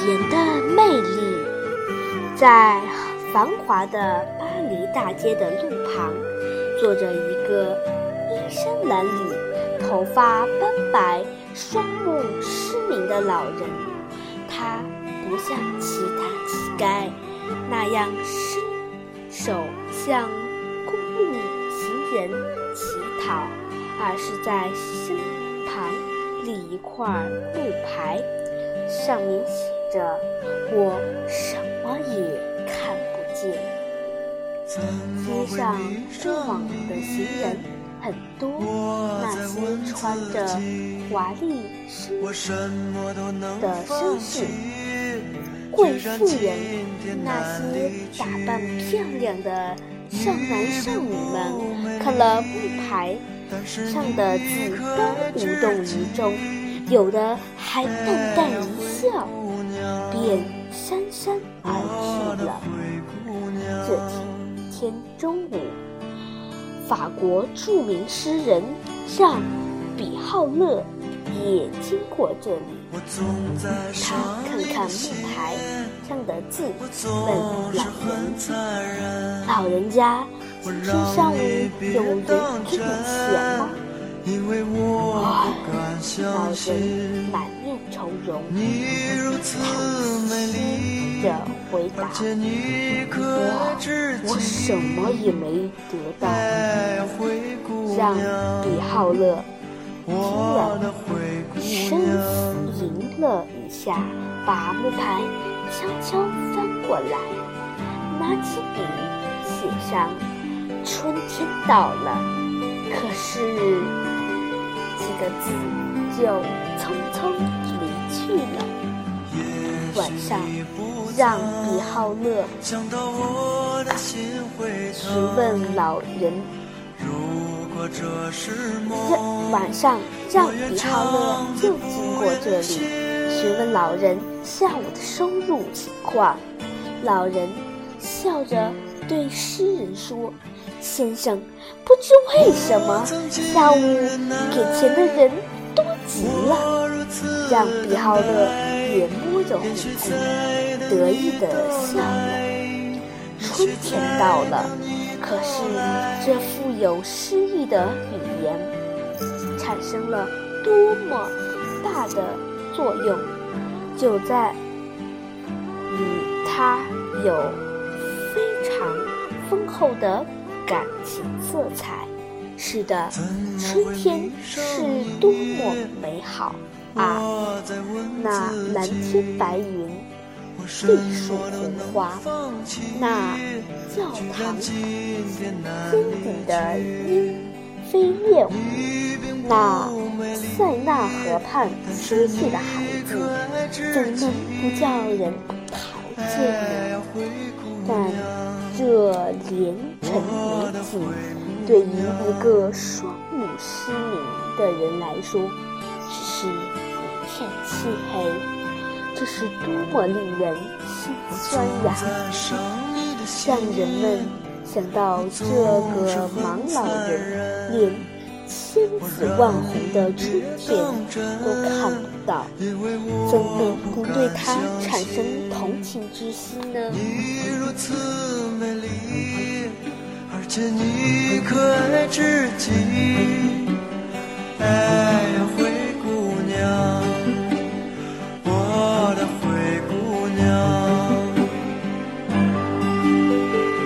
言的魅力。在繁华的巴黎大街的路旁，坐着一个衣衫褴褛、头发斑白、双目失明的老人。他不像其他乞丐那样伸手向公路行人乞讨，而是在身旁立一块木牌，上面写着“我什么也看不见”。街上过往的行人很多，那些穿着华丽的绅士、贵妇人，那些打扮漂亮的少男少女们，看了木牌上的字都无动于衷，有的还淡淡一笑，便姗姗而去了。这天中午，法国著名诗人让·比浩勒也经过这里。他看看木牌上的字，问老人家：“今天上午有人给你钱吗？”老人满面愁容，叹息着回答：“我什么也没得到。”让·比浩勒听了，深吟了一下，把木牌悄悄翻过来，拿起笔写上“春天到了”，可是几个字就匆匆离去了。晚上，让·比浩勒询问老人。晚上，让·比浩勒又经过这里，询问老人下午的收入情况。老人笑着对诗人说：“先生，不知为什么下午给钱的人多极了。”让·比浩勒也摸着胡子，得意地笑了。春天到了。可是，这富有诗意的语言产生了多么大的作用，就在于它有非常丰厚的感情色彩。是的，春天是多么美好啊！那蓝天白云，绿树红花，那教堂尖顶的鹰飞燕舞，那塞纳河畔嬉戏的孩子，怎能不叫人陶醉呢？但这连城美景，对于一个双目失明的人来说，只是一片漆黑。这是多么令人心酸呀！让人们想到这个盲老人连千紫万红的春天都看不到，怎能不对他产生同情之心呢？ 你如此美丽，而且你可爱至极。